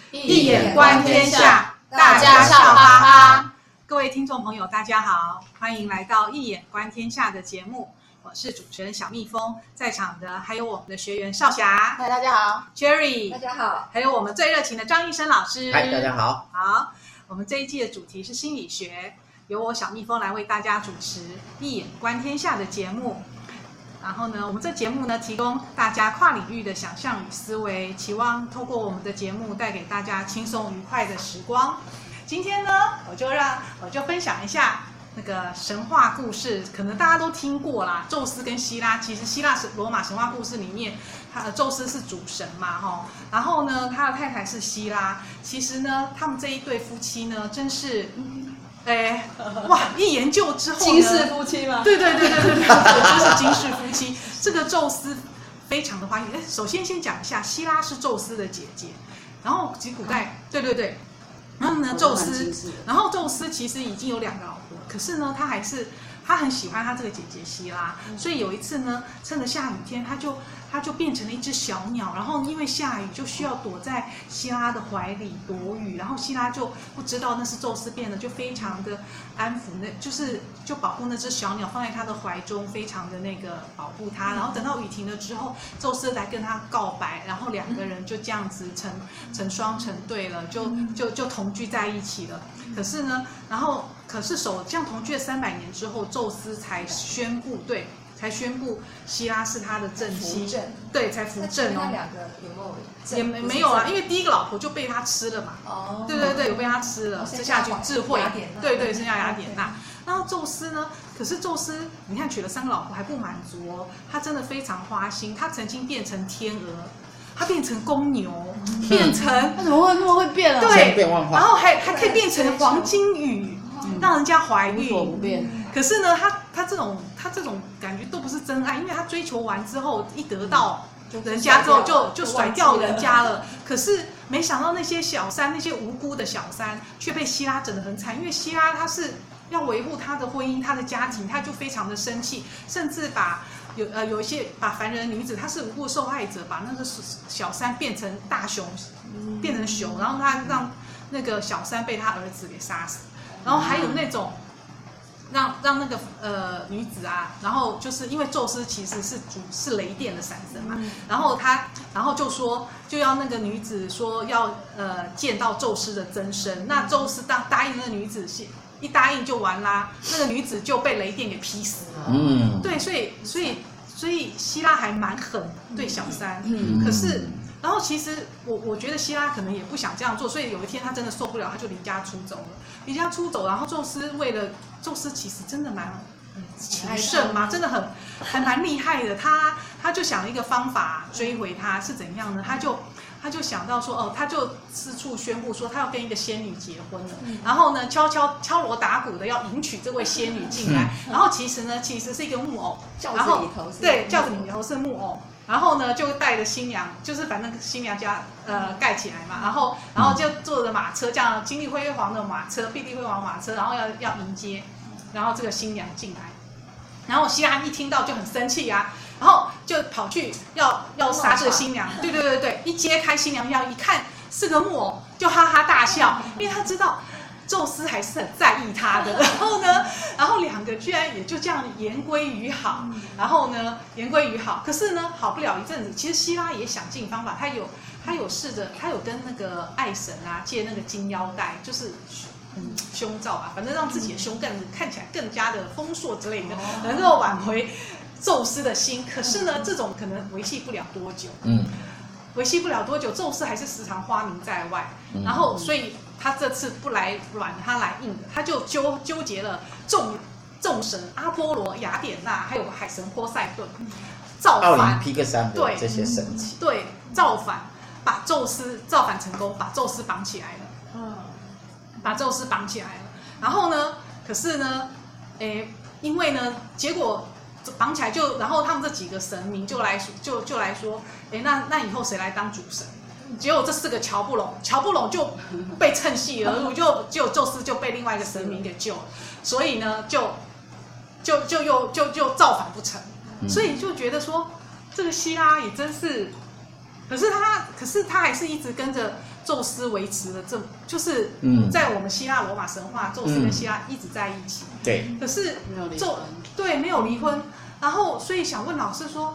一眼观天下，大家笑哈哈。各位听众朋友，大家好，欢迎来到一眼观天下的节目。我是主持人小蜜蜂，在场的还有我们的学员少霞， 嗨，大家好 ，Jerry， 大家好， 还有我们最热情的张医生老师， 嗨，大家好。 好，我们这一季的主题是心理学，由我小蜜蜂来为大家主持一眼观天下的节目。然后呢，我们这节目呢，提供大家跨领域的想象与思维，期望透过我们的节目带给大家轻松愉快的时光。今天呢，我就分享一下那个神话故事，可能大家都听过啦，宙斯跟希拉。其实希腊罗马神话故事里面，宙斯是主神嘛，哈，然后呢，他的太太是希拉。其实呢，他们这一对夫妻呢，真是。哇！一研究之后呢， 金氏夫妻吗？ 对，就是金氏夫妻。这个宙斯非常的花心。首先讲一下，希拉是宙斯的姐姐，然后及古代，对，然后呢，宙斯其实已经有2个老婆，可是呢，他很喜欢他这个姐姐希拉，所以有一次呢，趁着下雨天，他就变成了一只小鸟，然后因为下雨就需要躲在希拉的怀里躲雨，然后希拉就不知道那是宙斯变的，就非常的安抚就保护那只小鸟，放在他的怀中，非常的那个保护他。然后等到雨停了之后，宙斯来跟他告白，然后2个人就这样子成双成对了，就同居在一起了。可是呢，可是这样同居了300年之后，宙斯才宣布希拉是他的正妻，对，才扶正哦。 那2个有没有？ 也没有啦，因为第一个老婆就被他吃了嘛。哦，对，有被他吃了，吃下去智慧，对，剩下雅典娜。然后宙斯呢？可是宙斯，你看娶了3个老婆还不满足哦，他真的非常花心，他曾经变成天鹅。他变成公牛，变成他怎么会那么会变啊？ 对，然后还可以变成黄金羽，让人家怀孕。 无所不变。 可是呢，他这种感觉都不是真爱，因为他追求完之后，一得到人家之后就甩掉人家了。可是没想到那些小三，那些无辜的小三，却被希拉整得很惨，因为希拉他是要维护他的婚姻、他的家庭，他就非常的生气，甚至有一些把凡人女子，她是无辜受害者，把那个小三变成大熊，变成熊，然后他让那个小三被他儿子给杀死，然后还有那种让那个女子啊，然后就是因为宙斯其实是雷电的闪神嘛，然后就要那个女子说要见到宙斯的真身，那宙斯答应那个女子一答应就完啦，那个女子就被雷电给劈死了。对，所以希拉还蛮狠对小三。可是，然后其实我觉得希拉可能也不想这样做，所以有一天他真的受不了，他就离家出走了。然后宙斯其实真的蛮情圣嘛，真的还蛮厉害的。他就想了一个方法追回他是怎样呢？他就想到说，他就四处宣布说他要跟一个仙女结婚了，然后呢敲锣打鼓的要迎娶这位仙女进来，然后其实是一个木偶，然后轿子里头是木偶，然后呢就带着新娘，就是反正新娘家盖起来嘛，然后就坐着马车，这样金碧辉煌的马车，然后要迎接，然后这个新娘进来，然后希拉一听到就很生气啊。然后就跑去要杀这个新娘，对，一揭开新娘一看是个木偶，就哈哈大笑，因为他知道宙斯还是很在意他的。然后2个居然也就这样言归于好，可是呢，好不了一阵子，其实希拉也想尽方法，他有试着，他有跟那个爱神啊借那个金腰带，就是胸罩啊，反正让自己的胸看起来更加的丰硕之类的，能够挽回宙斯的心。可是呢，这种可能维系不了多久，宙斯还是时常花名在外，然后所以他这次不来软，他来硬的，他就纠结了众神阿波罗、雅典娜，还有海神波塞顿，造反， 奥林匹克山的这些神奇， 对，造反成功，把宙斯绑起来了，然后呢，可是呢，因为呢，结果绑起来然后他们这几个神明就来说，那以后谁来当主神？结果这4个瞧不拢就被趁虚而入，就宙斯就被另外一个神明给救了，所以呢，就造反不成，所以就觉得说这个希拉也真是，可是他还是一直跟着宙斯维持了就是在我们希腊罗马神话，宙斯跟希腊一直在一起。 对。 可是没有离婚，然后所以想问老师说，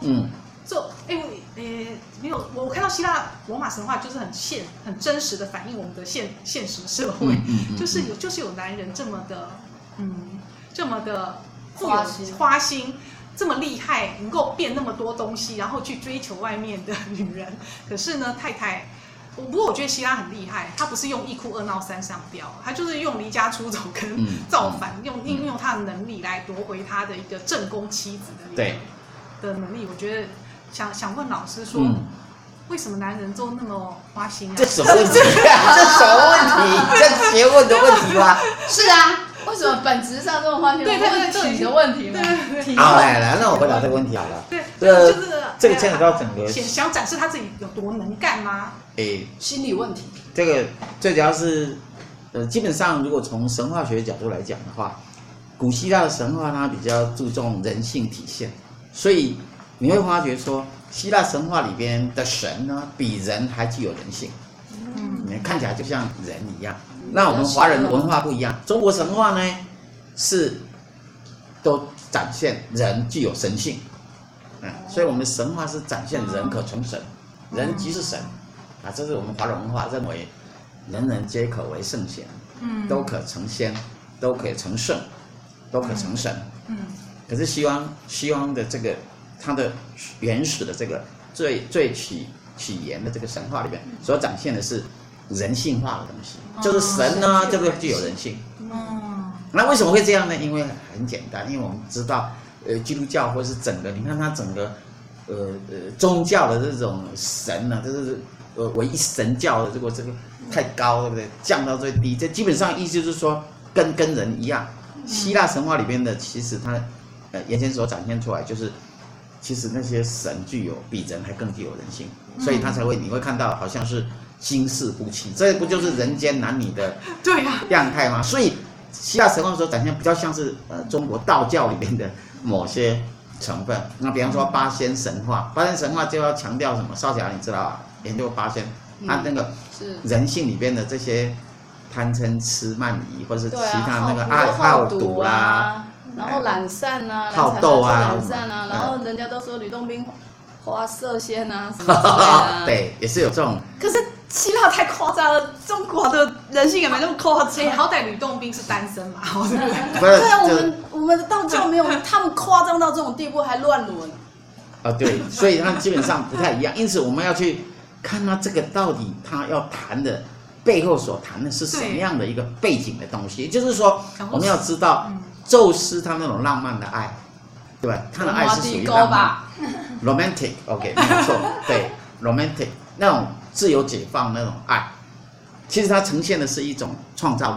没有，我看到希腊罗马神话就是很真实的反映我们的现实社会，就是有男人这么的富有花心。这么厉害，能够变那么多东西，然后去追求外面的女人。可是呢，太太，不过我觉得希拉很厉害，他不是用一哭二闹三上吊，他就是用离家出走跟造反，运用他的能力来夺回他的一个正宫妻子的能力。我觉得想问老师说，为什么男人都那么花心啊？ 这什么问题啊？这什么问题？这学问的问题吗？ 是啊。为什么本质上这么花心？对，体的问题吗？ 好，来，那我回答这个问题好了。 对，就是这个牵扯到整个想展示他自己有多能干吗？ 心理问题。 这个最主要是，基本上如果从神话学角度来讲的话，古希腊的神话它比较注重人性体现，所以你会发觉说，希腊神话里边的神呢，比人还具有人性，看起来就像人一样。那我们华人文化不一样，中国神话呢是都展现人具有神性，所以我们神话是展现人可成神，人即是神，这是我们华人文化认为人人皆可为圣贤，都可成仙，都可以成圣，都可成神，可是西方的这个它的原始的这个最起源的这个神话里面所展现的是人性化的东西，就是神呢，这个具有人性。那为什么会这样呢？因为很简单，因为我们知道，基督教或是整个，你看它整个，宗教的这种神呢，就是唯一神教的这个太高，对不对？降到最低，这基本上意思就是说，跟人一样。希腊神话里边的，其实它，原先所展现出来就是，其实那些神比人还更具有人性，所以你会看到好像是。心事夫妻，这不就是人间男女的样态吗？所以希腊神话所展现比较像是中国道教里面的某些成分。那比方说八仙神话，八仙神话就要强调什么？少侠你知道啊？研究八仙，他那个人性里边的这些贪嗔痴慢疑，或是其他那个爱好赌啦， 然后懒散啊， 好斗啊， 懒散啊，然后人家都说吕洞宾花色仙啊什么之类的， 对，也是有这种。 可是希腊太夸张了，中国的人性也没那么夸张。 好歹吕洞宾是单身嘛， 对啊，我们的道教没有他们夸张到这种地步，还乱伦。 对，所以它基本上不太一样。因此我们要去看它这个到底它要谈的背后所谈的是什么样的一个背景的东西。也就是说，我们要知道宙斯他那种浪漫的爱，对吧？他的爱是属于浪漫 ，romantic，OK， 没有错，对 ，romantic 那种。自由解放那种爱，其实它呈现的是一种创造力，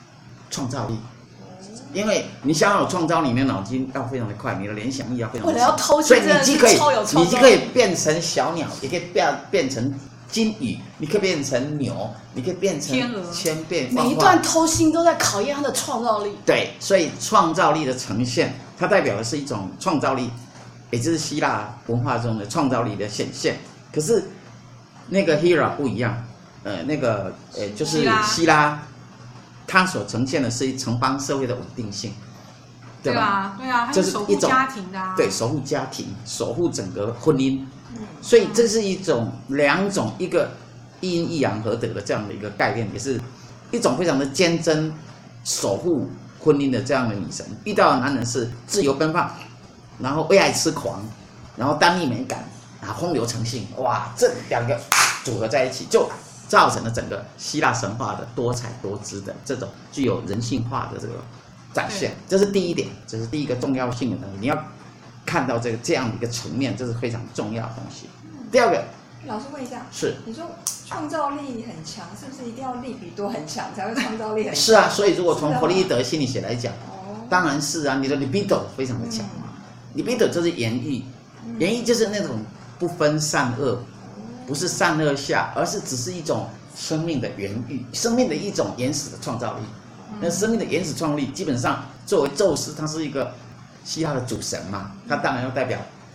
因为你想要有创造力，你的脑筋要非常的快，你的联想力要非常的强，所以你既可以变成小鸟，也可以变成金鱼，你可以变成牛，你可以变成千变万化。 每一段偷心都在考验他的创造力。 对，所以创造力的呈现，它代表的是一种创造力，也就是希腊文化中的创造力的显现。可是那个 Hera 不一样，就是希拉，它所呈现的是城邦社会的稳定性，对吧？ 对啊，它是守护家庭的， 对，守护家庭，守护整个婚姻，所以这是两种一个一阴一阳合德的这样的一个概念，也是一种非常的坚贞守护婚姻的这样的女神。遇到的男人是自由奔放，然后为爱痴狂，然后单逆美感。风流成性，哇，这两个组合在一起，就造成了整个希腊神话的多彩多姿的这种具有人性化的这个展现。这是第一点，这是第一个重要性的东西。你要看到这样的一个层面，这是非常重要的东西。第二个， 老师问一下， 是你说创造力很强，是不是一定要利比多很强才会创造力很强？ 是啊，所以如果从弗洛伊德心理学来讲，当然是啊，你的 libido 非常的强嘛，libido 就是言欲，言欲就是那种。不分善恶，不是善恶下，而是只是一种生命的原欲，生命的一种原始的创造力。那生命的原始创造力，基本上作为宙斯，他是一个希腊的主神嘛，他当然要代表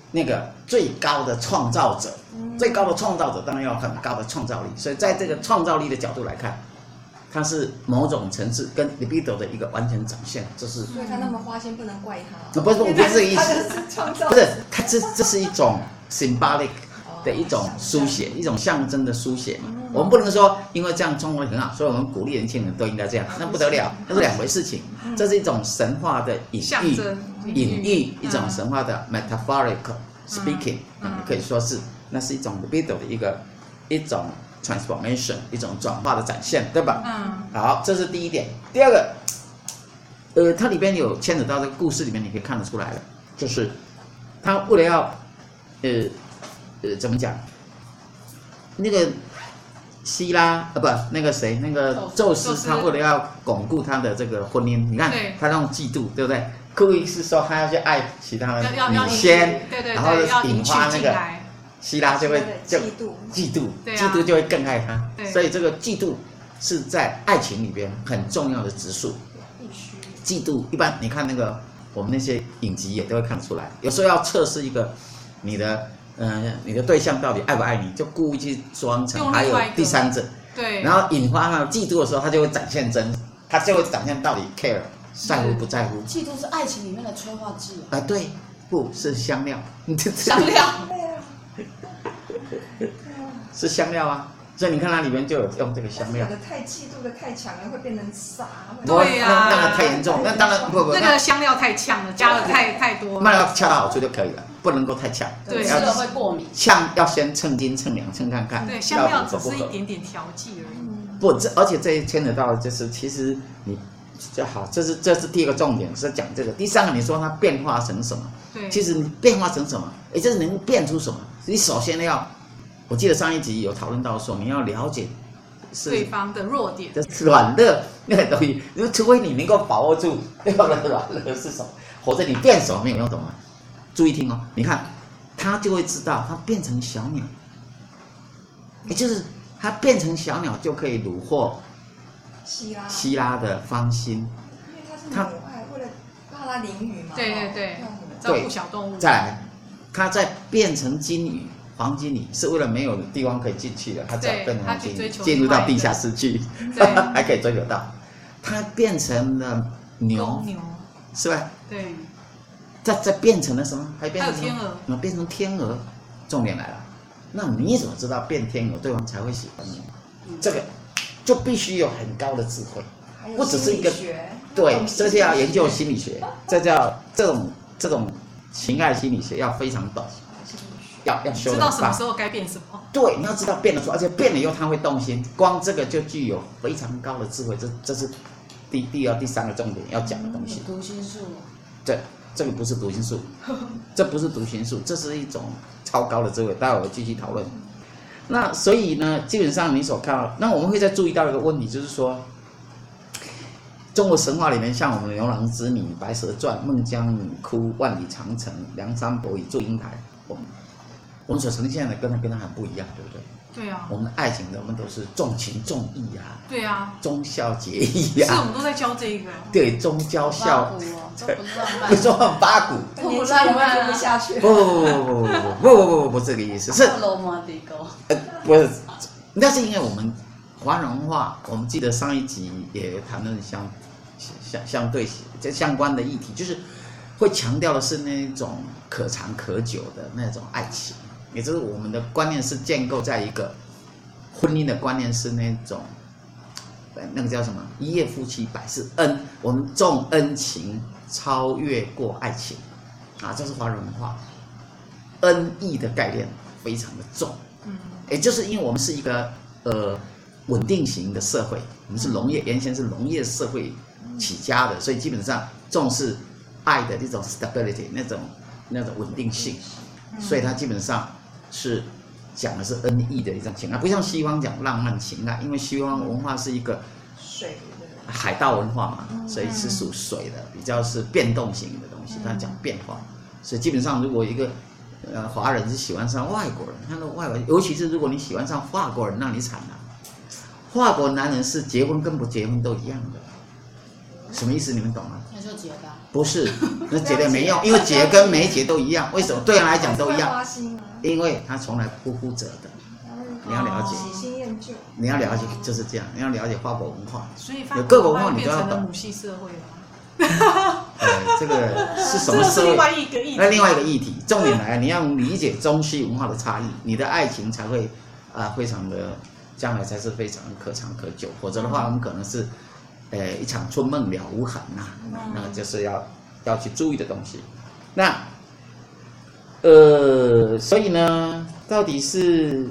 那个最高的创造者，最高的创造者当然要有很高的创造力，所以在这个创造力的角度来看，它是某种层次跟 libido 的一个完全展现，这是。 所以他那么花心，不能怪他。 不是，我不是这个意思， 他就是创造， 不是，它这是一种 symbolic 的一种书写，一种象征的书写嘛。我们不能说因为这样中文很好，所以我们鼓励年轻人都应该这样，那不得了，那是两回事情。这是一种神话的隐喻，一种神话的 metaphorical speaking，可以说是那是一种 libido 的一种 transformation， 一种转化的展现，对吧？好，这是第一点。第二个，它里边有牵扯到这个故事里面，你可以看得出来了，就是他为了要，怎么讲？那个希拉不，那个谁，那个宙斯，他为了要巩固他的这个婚姻，你看他那种嫉妒，对不对？故意是说他要去爱其他的女仙，然后引发那个希拉就会嫉妒就会更爱他，所以这个嫉妒是在爱情里边很重要的指数。嫉妒一般你看那个我们那些影集也都会看出来，有时候要测试一个你的对象到底爱不爱你，就故意去装成还有第三者， 对， 然后引发他嫉妒的时候，他就会展现他就会展现到底 care 在乎不在乎。 嫉妒是爱情里面的催化剂啊，对，不是香料， 香料， 是香料啊。所以你看它里面就有用这个香料。 有的太嫉妒的太强了，会变成傻。 对呀， 那个太严重，那当然不， 那个香料太呛了，加了太多。 那要恰到好处就可以了，不能够太呛。 对，吃了会过敏。 呛要先称斤称两称看看。 对，香料只是一点点调剂而已。 不，而且这牵扯到的就是，其实你就好，这是第一个重点是讲这个。第三个，你说它变化成什么？ 对， 其实你变化成什么？也就是能变出什么？你首先要。我记得上一集有讨论到说，你要了解对方的弱点， 软弱那个东西，除非你能够把握住对方的软弱是什么，否则你变什么没有用，懂吗？注意听哦，你看，他就会知道，他变成小鸟，也就是他变成小鸟就可以虏获希拉的芳心， 因为他是母爱，为了让他淋雨嘛， 对，照顾小动物。 再来，他在变成金鱼。黄金里是为了没有地方可以进去的，他才变成黄金鱼，进入到地下室去，还可以追求到。他变成了牛，是吧？ 对。 再变成了什么？还变成天鹅。 变成天鹅。重点来了，那你怎么知道变天鹅对方才会喜欢你？这个就必须有很高的智慧，不只是一个对，这叫研究心理学，这叫这种情爱心理学要非常懂。要修知道什么时候该变什么， 对，你要知道变得出，而且变了以后他会动心，光这个就具有非常高的智慧，这是第二、第三个重点要讲的东西。 读心术， 对，这个不是读心术，这不是读心术，这是一种超高的智慧，待会我继续讨论。那所以呢，基本上你所看到，那我们会再注意到一个问题，就是说，中国神话里面，像我们的牛郎织女、白蛇传、孟姜女哭、万里长城、梁山伯与祝英台，我们所呈现的跟他很不一样，对不对？ 对啊。 我们的爱情的，我们都是重情重义啊。 对啊。 忠孝节义啊。 是，我们都在教这个。 对，忠孝孝。 不说很八股。 不浪漫不下去。 不，这个意思是。不是，那是因为我们华人文化，我们记得上一集也谈论相对相关的议题，就是会强调的是那种可长可久的那种爱情。也就是我们的观念是建构在一个婚姻的观念是那种，那个叫什么？一夜夫妻百事恩，我们重恩情超越过爱情，啊，这是华人文化，恩义的概念非常的重。也就是因为我们是一个稳定型的社会，我们是农业，原先是农业社会起家的，所以基本上重视爱的这种 stability， 那种稳定性，所以它基本上是讲的是恩义的一种情爱，不像西方讲浪漫情爱，因为西方文化是一个水的海盗文化嘛，所以是属水的，比较是变动型的东西，它讲变化，所以基本上如果一个华人是喜欢上外国人，他的外国人，尤其是如果你喜欢上法国人，那你惨了。法国男人是结婚跟不结婚都一样的，什么意思？你们懂吗？ 那就结吧。 不是，那结了没用，因为结跟没结都一样。为什么？对人来讲都一样，因为他从来不负责的。你要了解， 喜新厌旧。 你要了解就是这样，你要了解法国文化。 所以法有各国个文化你都要变成了懂。 母系社会了。 这个是什么社会？ 这是另外一个议题。 那另外一个议题，重点来，你要理解中西文化的差异，你的爱情才会非常的，将来才是非常可长可久。否则的话，我们可能是一场春梦了无痕呐，那个就是要去注意的东西。那所以呢，到底是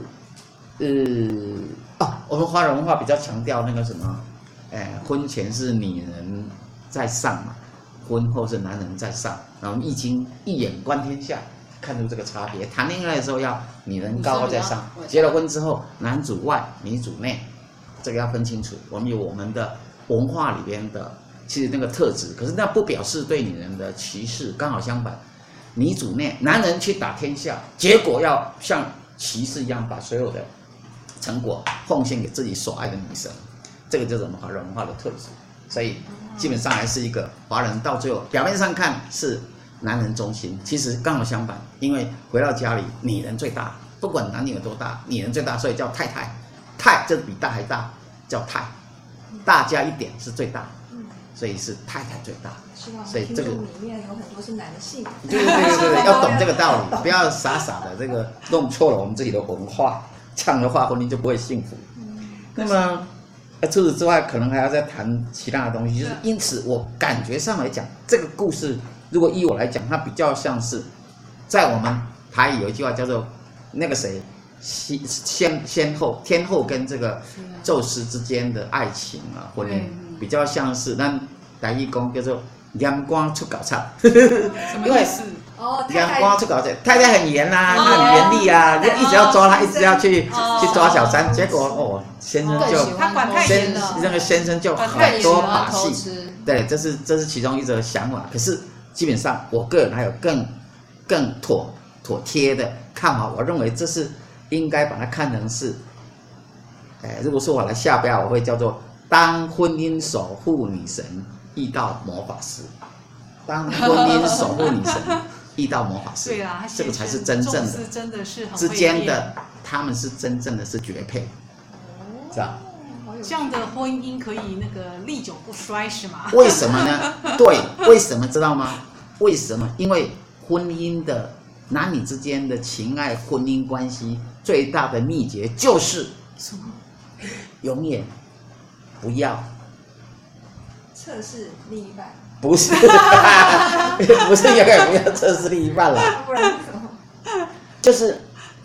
我们华人文化比较强调那个什么，婚前是女人在上嘛，婚后是男人在上。然后《易经》一眼观天下，看出这个差别。谈恋爱的时候要女人高高在上，结了婚之后男主外女主内，这个要分清楚。我们有我们的文化里边的其实那个特质，可是那不表示对女人的歧视，刚好相反。女主内，男人去打天下，结果要像骑士一样把所有的成果奉献给自己所爱的女神，这个就是我们华人文化的特质。所以基本上还是一个华人到最后表面上看是男人中心，其实刚好相反。因为回到家里，女人最大，不管男女有多大，女人最大，所以叫太太。太就是比大还大，叫太，大加一点是最大，所以是太太最大。所以这个里面有很多是男性。 对，要懂这个道理，不要傻傻的这个弄错了我们自己的文化，这样的话婚姻就不会幸福。那么除此之外，可能还要再谈其他的东西，就是因此我感觉上来讲，这个故事如果依我来讲，它比较像是在我们台语有一句话叫做那个谁先后天后跟这个宙斯之间的爱情啊婚姻，比较像是咱台语讲叫做阳光出搞差， 什么意思？ 阳光出搞差，太太很严啦，她很严厉啊，就一直要抓她，一直要去抓小三，结果先生就他管太严了， 那个先生就很多把戏，对，这是其中一则想法。可是基本上我个人还有更妥帖的看法，我认为这是应该把它看成是，如果说我来下标，我会叫做当婚姻守护女神遇到魔法师，当婚姻守护女神遇到魔法师， 对啊， 这个才是真正的， 真的是之间的，他们是真正的是绝配，是吧？ 这样的婚姻可以那个历久不衰是吗？ 为什么呢？对，为什么知道吗？为什么？因为婚姻的男女之间的情爱婚姻关系最大的秘诀就是什么？ 永远不要测试另一半， 不是不是永远不要测试另一半了， 不然什么？ 就是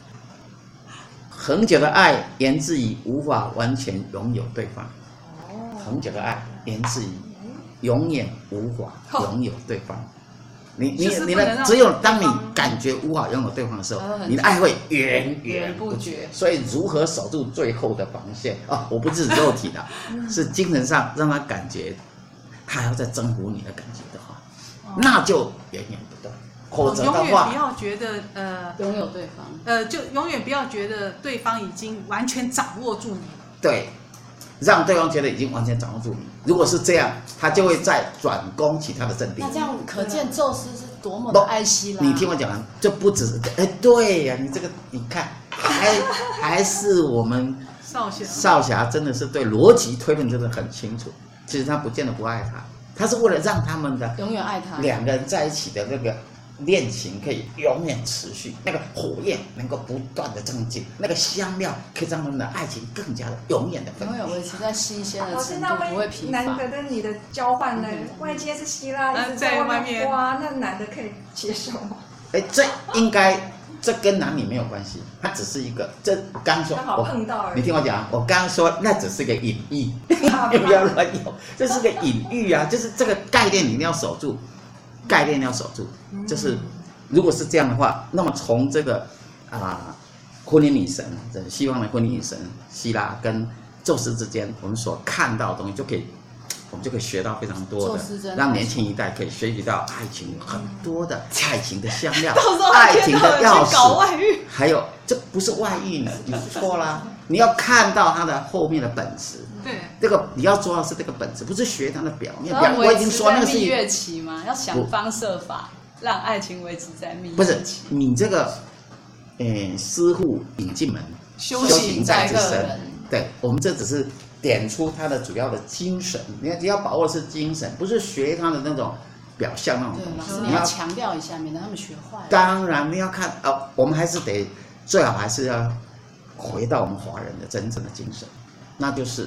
恒久的爱源自于无法完全拥有对方。恒久的爱源自于永远无法拥有对方。你的只有当你感觉无法拥有对方的时候，你的爱会源源不绝。所以如何守住最后的防线我不是肉体的，是精神上让他感觉他还要再征服你的感觉的话，那就源源不断。否则的话， 永远不要觉得拥有对方， 就永远不要觉得对方已经完全掌握住你了。 对，让对方觉得已经完全掌握住你。如果是这样，他就会再转攻其他的阵地。 那这样可见宙斯是多么的爱希拉。 你听我讲完，这不只是对呀，你这个你看，还是我们少侠真的是对逻辑推论真的很清楚。其实他不见得不爱他，他是为了让他们的永远爱他两个人在一起的那个恋情可以永远持续，那个火焰能够不断的增进，那个香料可以让他们的爱情更加的永远的分永远维持在新鲜的程度，不会疲乏。 男的跟女的交换呢，万一今天是希拉一直在外面刮，那男的可以接受吗？ 这应该这跟男女没有关系，它只是一个这刚说，你听我讲，我刚说那只是个隐喻，不要乱用，这是个隐喻啊，就是这个概念你一定要守住。概念要守住，就是如果是这样的话，那么从这个婚姻女神，西方的婚姻女神希拉跟宙斯之间，我们所看到的东西就可以我们就可以学到非常多的，让年轻一代可以学习到爱情很多的爱情的香料，爱情的钥匙。还有，这不是外遇呢，你错啦！你要看到它的后面的本质。 对， 这个你要做的是这个本质，不是学它的表面。我已经说那个是蜜月期嘛，要想方设法让爱情维持在蜜月期。 不是你这个，师傅引进门， 修行在自身。对，我们这只是点出它的主要的精神。你要把握的是精神，不是学它的那种表象那种东西。 你要强调一下，免得他们学坏了。 当然你要看我们还是得最好还是要回到我们华人的真正的精神，那就是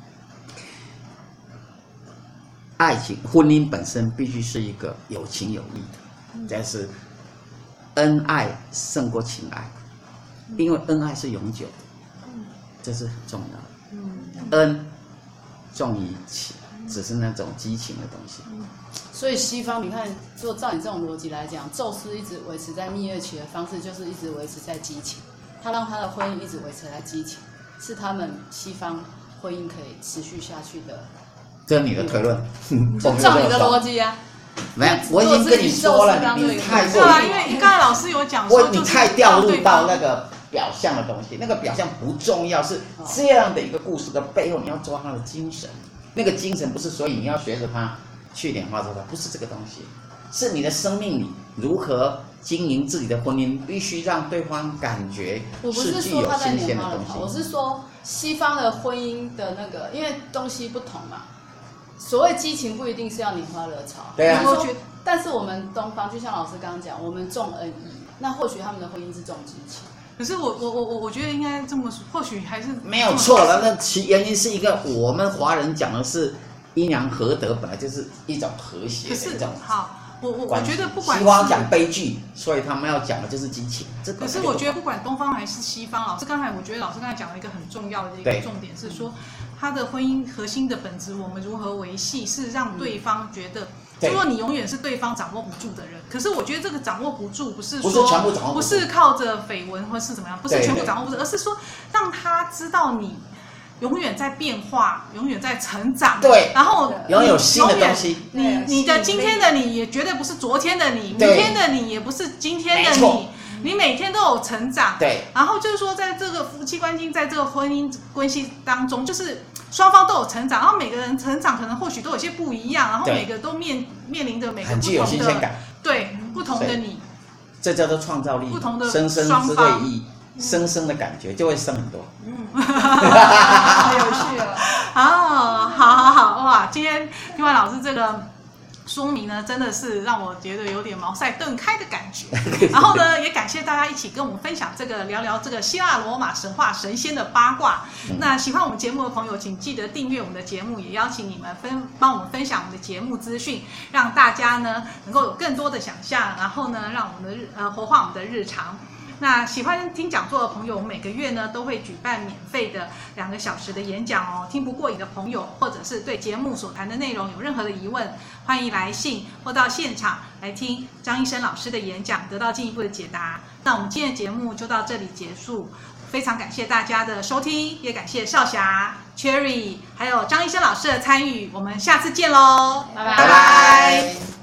爱情、婚姻本身必须是一个有情有义的，但是恩爱胜过情爱，因为恩爱是永久的。这是很重要的，恩重于情，只是那种激情的东西。 所以西方，你看，就照你这种逻辑来讲，宙斯一直维持在蜜月期的方式，就是一直维持在激情，他让他的婚姻一直维持在激情，是他们西方婚姻可以持续下去的。 这是你的推论， 就照你的逻辑啊。 没有，我已经跟你说了，你太对啊，因为刚才老师有讲说， 你太掉入到那个表象的东西，那个表象不重要，是这样的一个故事的背后，你要抓它的精神。那个精神不是，所以你要学着它去点化它，不是这个东西，是你的生命里如何经营自己的婚姻，必须让对方感觉是具有新鲜的东西。 我是说西方的婚姻的那个，因为东西不同嘛。所谓激情不一定是要拈花惹草， 对啊。 但是我们东方就像老师刚刚讲，我们重恩义，那或许他们的婚姻是重激情。 可是我觉得应该这么说，或许还是没有错了。那其原因是一个我们华人讲的是阴阳合德，本来就是一种和谐的一种。 好，我觉得不管西方讲悲剧，所以他们要讲的就是激情。 可是我觉得不管东方还是西方，我觉得老师刚才讲了一个很重要的一个重点是说，他的婚姻核心的本质，我们如何维系，是让对方觉得。如果你永远是对方掌握不住的人，可是我觉得这个掌握不住不是说不是靠着绯闻或是怎么样，不是全部掌握不住，而是说让他知道你永远在变化，永远在成长， 对， 然后永远有新的东西。 你的今天的你也绝对不是昨天的你，明天的你也不是今天的你。你每天都有成长， 对。 然后就是说，在这个夫妻关系，在这个婚姻关系当中，就是双方都有成长，然后每个人成长可能或许都有些不一样，然后每个都面临着每个不同的， 很具有新鲜感， 对，不同的你， 这叫做创造力， 不同的生生之谓意，生生的感觉就会生很多， 好有趣哦。 好哇！今天听完老师这个说明呢，真的是让我觉得有点茅塞顿开的感觉。然后呢，也感谢大家一起跟我们分享聊聊这个希腊罗马神话神仙的八卦。那喜欢我们节目的朋友，请记得订阅我们的节目，也邀请你们帮我们分享我们的节目资讯，让大家呢能够有更多的想象，然后呢让我们的活化我们的日常。那喜欢听讲座的朋友，我们每个月呢都会举办免费的2个小时的演讲哦。听不过瘾的朋友，或者是对节目所谈的内容有任何的疑问，欢迎来信或到现场来听张医生老师的演讲，得到进一步的解答。那我们今天的节目就到这里结束，非常感谢大家的收听，也感谢少霞、Cherry 还有张医生老师的参与，我们下次见喽，拜拜。